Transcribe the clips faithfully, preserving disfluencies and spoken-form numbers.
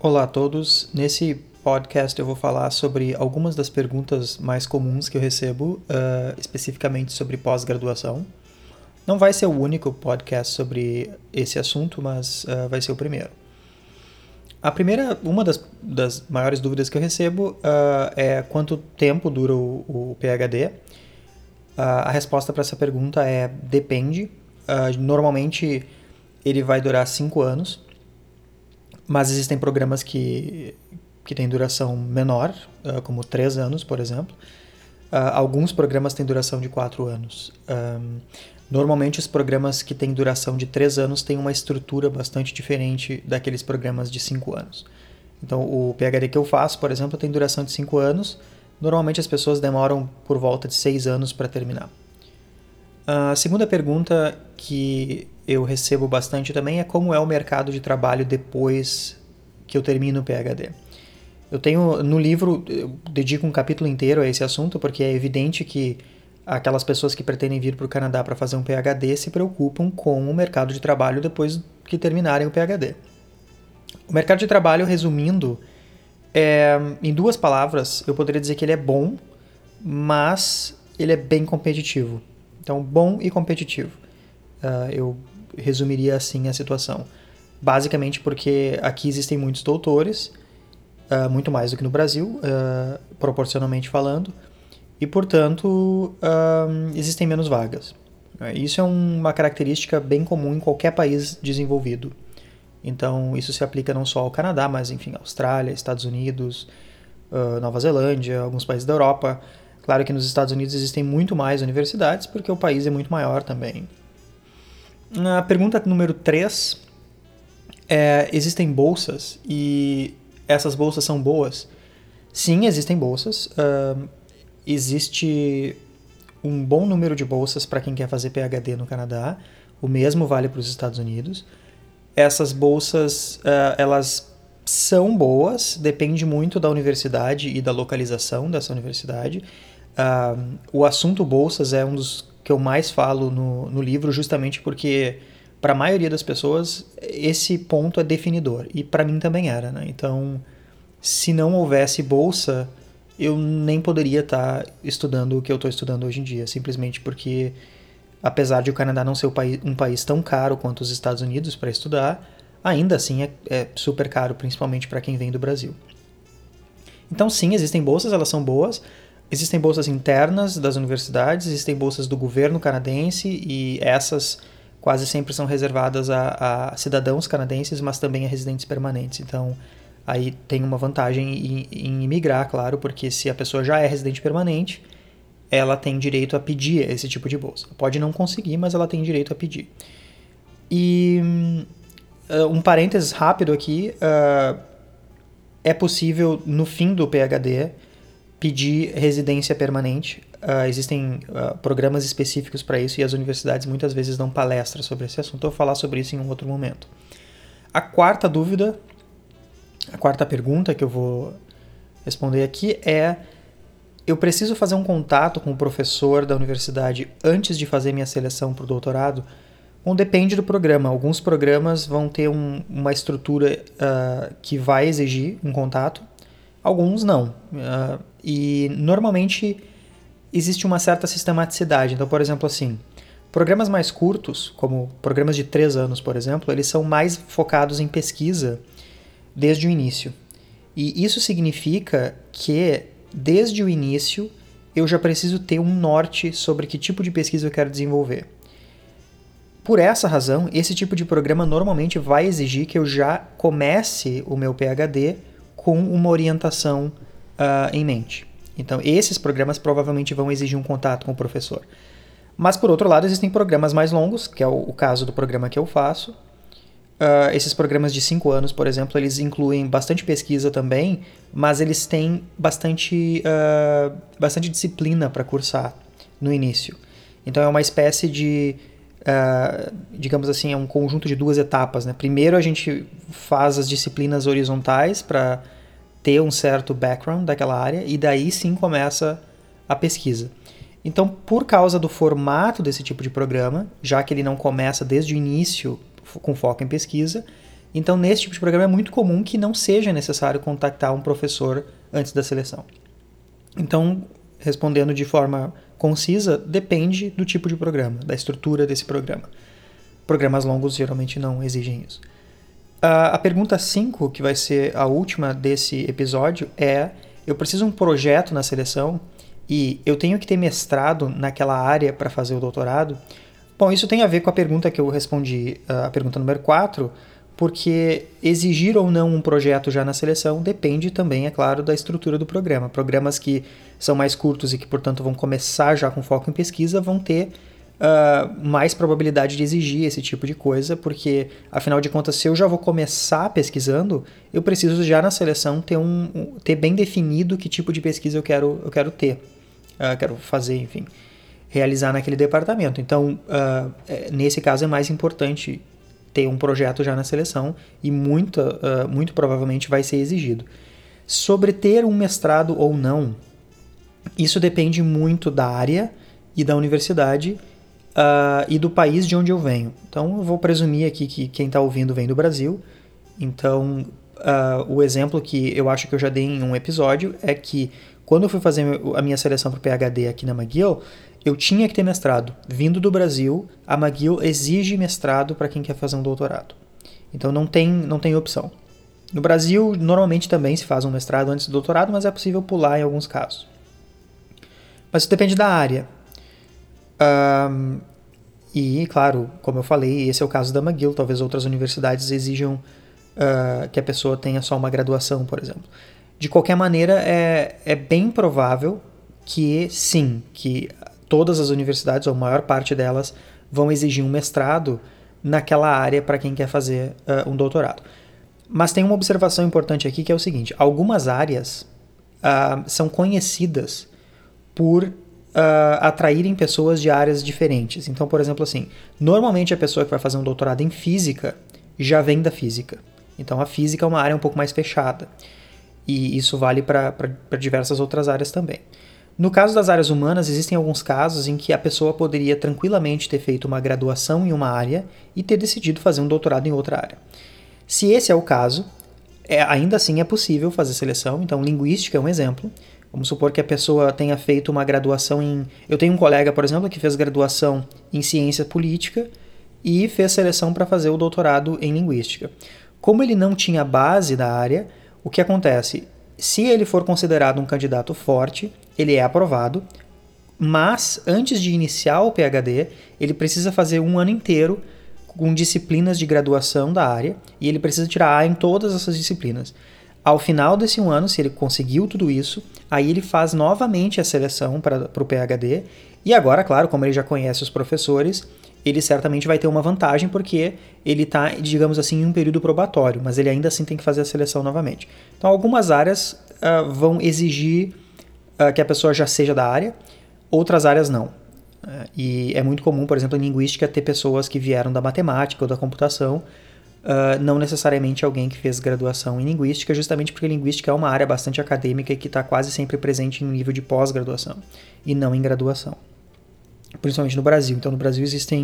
Olá a todos, nesse podcast eu vou falar sobre algumas das perguntas mais comuns que eu recebo, uh, especificamente sobre pós-graduação. Não vai ser o único podcast sobre esse assunto, mas uh, vai ser o primeiro. A primeira, uma das, das maiores dúvidas que eu recebo uh, é quanto tempo dura o, o PhD. Uh, a resposta para essa pergunta é depende. Uh, normalmente ele vai durar cinco anos. Mas existem programas que, que têm duração menor, uh, como três anos, por exemplo. Uh, alguns programas têm duração de quatro anos. Um, normalmente, os programas que têm duração de três anos têm uma estrutura bastante diferente daqueles programas de cinco anos. Então, o PhD que eu faço, por exemplo, tem duração de cinco anos. Normalmente, as pessoas demoram por volta de seis anos para terminar. A segunda pergunta que eu recebo bastante também é como é o mercado de trabalho depois que eu termino o PhD. Eu tenho, no livro, eu dedico um capítulo inteiro a esse assunto, porque é evidente que aquelas pessoas que pretendem vir para o Canadá para fazer um PhD se preocupam com o mercado de trabalho depois que terminarem o PhD. O mercado de trabalho, resumindo, é, em duas palavras, eu poderia dizer que ele é bom, mas ele é bem competitivo. Então, bom e competitivo. Uh, eu resumiria assim a situação. Basicamente porque aqui existem muitos doutores, uh, muito mais do que no Brasil, uh, proporcionalmente falando, e, portanto, uh, existem menos vagas. Isso é uma característica bem comum em qualquer país desenvolvido. Então, isso se aplica não só ao Canadá, mas, enfim, Austrália, Estados Unidos, uh, Nova Zelândia, alguns países da Europa. Claro que nos Estados Unidos existem muito mais universidades, porque o país é muito maior também. A pergunta número três é, existem bolsas e essas bolsas são boas? Sim, existem bolsas. Uh, existe um bom número de bolsas para quem quer fazer PhD no Canadá. O mesmo vale para os Estados Unidos. Essas bolsas, uh, elas são boas, depende muito da universidade e da localização dessa universidade. Uh, o assunto bolsas é um dos que eu mais falo no, no livro, justamente porque para a maioria das pessoas esse ponto é definidor, e para mim também era, né? Então, se não houvesse bolsa, eu nem poderia estar estudando o que eu estou estudando hoje em dia, simplesmente porque, apesar de o Canadá não ser um país tão caro quanto os Estados Unidos para estudar, ainda assim é, é super caro, principalmente para quem vem do Brasil. Então sim, existem bolsas, elas são boas. Existem bolsas internas das universidades, existem bolsas do governo canadense, e essas quase sempre são reservadas a, a cidadãos canadenses, mas também a residentes permanentes. Então, aí tem uma vantagem em, em imigrar, claro, porque se a pessoa já é residente permanente, ela tem direito a pedir esse tipo de bolsa. Pode não conseguir, mas ela tem direito a pedir. E um parênteses rápido aqui, uh, é possível, no fim do PhD, pedir residência permanente. Uh, existem uh, programas específicos para isso, e as universidades muitas vezes dão palestras sobre esse assunto. Eu vou falar sobre isso em um outro momento. A quarta dúvida, a quarta pergunta que eu vou responder aqui é: eu preciso fazer um contato com o professor da universidade antes de fazer minha seleção para o doutorado? Bom, depende do programa. Alguns programas vão ter um, uma estrutura uh, que vai exigir um contato, alguns não. Uh, e normalmente existe uma certa sistematicidade. Então, por exemplo, assim, programas mais curtos, como programas de três anos, por exemplo, eles são mais focados em pesquisa desde o início. E isso significa que, desde o início, eu já preciso ter um norte sobre que tipo de pesquisa eu quero desenvolver. Por essa razão, esse tipo de programa normalmente vai exigir que eu já comece o meu PhD com uma orientação uh, em mente. Então, esses programas provavelmente vão exigir um contato com o professor. Mas, por outro lado, existem programas mais longos, que é o, o caso do programa que eu faço. Uh, esses programas de cinco anos, por exemplo, eles incluem bastante pesquisa também, mas eles têm bastante, uh, bastante disciplina para cursar no início. Então, é uma espécie de... Uh, digamos assim, é um conjunto de duas etapas, né? Primeiro a gente faz as disciplinas horizontais para ter um certo background daquela área, e daí sim começa a pesquisa. Então, por causa do formato desse tipo de programa, já que ele não começa desde o início com foco em pesquisa, Então, nesse tipo de programa é muito comum que não seja necessário contactar um professor antes da seleção. Então, respondendo de forma concisa, depende do tipo de programa, da estrutura desse programa. Programas longos geralmente não exigem isso. A pergunta cinco, que vai ser a última desse episódio, é: eu preciso de um projeto na seleção e eu tenho que ter mestrado naquela área para fazer o doutorado? Bom, isso tem a ver com a pergunta que eu respondi, a pergunta número quatro, porque exigir ou não um projeto já na seleção depende também, é claro, da estrutura do programa. Programas que são mais curtos e que, portanto, vão começar já com foco em pesquisa vão ter uh, mais probabilidade de exigir esse tipo de coisa, porque, afinal de contas, se eu já vou começar pesquisando, eu preciso já na seleção ter, um, um, ter bem definido que tipo de pesquisa eu quero, eu quero ter, uh, quero fazer, enfim, realizar naquele departamento. Então, uh, nesse caso, é mais importante ter um projeto já na seleção e muito, uh, muito provavelmente vai ser exigido. Sobre ter um mestrado ou não, isso depende muito da área e da universidade uh, e do país de onde eu venho. Então, eu vou presumir aqui que quem está ouvindo vem do Brasil. Então, uh, o exemplo que eu acho que eu já dei em um episódio é que quando eu fui fazer a minha seleção para o PhD aqui na McGill, eu tinha que ter mestrado. Vindo do Brasil, a McGill exige mestrado para quem quer fazer um doutorado. Então não tem, não tem opção. No Brasil, normalmente também se faz um mestrado antes do doutorado, mas é possível pular em alguns casos. Mas isso depende da área. Um, e, claro, como eu falei, esse é o caso da McGill. Talvez outras universidades exijam uh, que a pessoa tenha só uma graduação, por exemplo. De qualquer maneira, é, é bem provável que sim, que todas as universidades, ou a maior parte delas, vão exigir um mestrado naquela área para quem quer fazer uh, um doutorado. Mas tem uma observação importante aqui que é o seguinte: algumas áreas uh, são conhecidas por uh, atraírem pessoas de áreas diferentes. Então, por exemplo, assim, normalmente a pessoa que vai fazer um doutorado em física já vem da física. Então, a física é uma área um pouco mais fechada. E isso vale para diversas outras áreas também. No caso das áreas humanas, existem alguns casos em que a pessoa poderia tranquilamente ter feito uma graduação em uma área e ter decidido fazer um doutorado em outra área. Se esse é o caso, é, ainda assim é possível fazer seleção. Então, linguística é um exemplo. Vamos supor que a pessoa tenha feito uma graduação em... Eu tenho um colega, por exemplo, que fez graduação em ciência política e fez seleção para fazer o doutorado em linguística. Como ele não tinha base da área, o que acontece? Se ele for considerado um candidato forte, ele é aprovado, mas antes de iniciar o PhD, ele precisa fazer um ano inteiro com disciplinas de graduação da área e ele precisa tirar A em todas essas disciplinas. Ao final desse um ano, se ele conseguiu tudo isso, aí ele faz novamente a seleção para o PhD e agora, claro, como ele já conhece os professores, ele certamente vai ter uma vantagem porque ele está, digamos assim, em um período probatório, mas ele ainda assim tem que fazer a seleção novamente. Então, algumas áreas uh, vão exigir uh, que a pessoa já seja da área, outras áreas não. Uh, e é muito comum, por exemplo, em linguística, ter pessoas que vieram da matemática ou da computação, uh, não necessariamente alguém que fez graduação em linguística, justamente porque linguística é uma área bastante acadêmica e que está quase sempre presente em nível de pós-graduação e não em graduação. Principalmente no Brasil. Então, no Brasil existem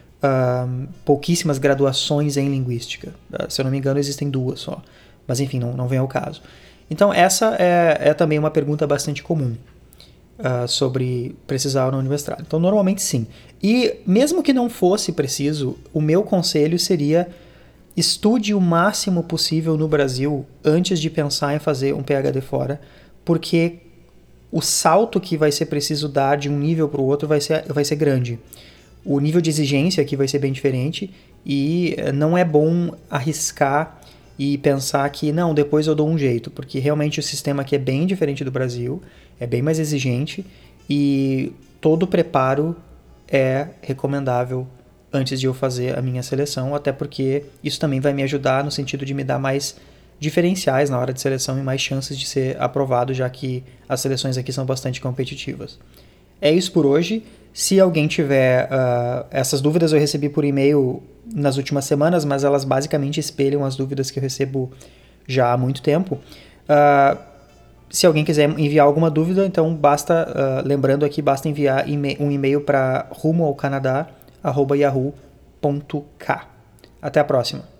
uh, pouquíssimas graduações em linguística. Uh, se eu não me engano, existem duas só. Mas, enfim, não, não vem ao caso. Então, essa é, é também uma pergunta bastante comum uh, sobre precisar ou não de mestrado. Então, normalmente, sim. E, mesmo que não fosse preciso, o meu conselho seria estude o máximo possível no Brasil antes de pensar em fazer um PhD fora, porque o salto que vai ser preciso dar de um nível para o outro vai ser, vai ser grande. O nível de exigência aqui vai ser bem diferente e não é bom arriscar e pensar que, não, depois eu dou um jeito, porque realmente o sistema aqui é bem diferente do Brasil, é bem mais exigente e todo o preparo é recomendável antes de eu fazer a minha seleção, até porque isso também vai me ajudar no sentido de me dar mais diferenciais na hora de seleção e mais chances de ser aprovado, já que as seleções aqui são bastante competitivas. É isso por hoje. Se alguém tiver uh, essas dúvidas, eu recebi por e-mail nas últimas semanas, mas elas basicamente espelham as dúvidas que eu recebo já há muito tempo. Uh, se alguém quiser enviar alguma dúvida, então basta, uh, lembrando aqui, basta enviar um e-mail para rumo ao canadá arroba yahoo ponto com. Até a próxima.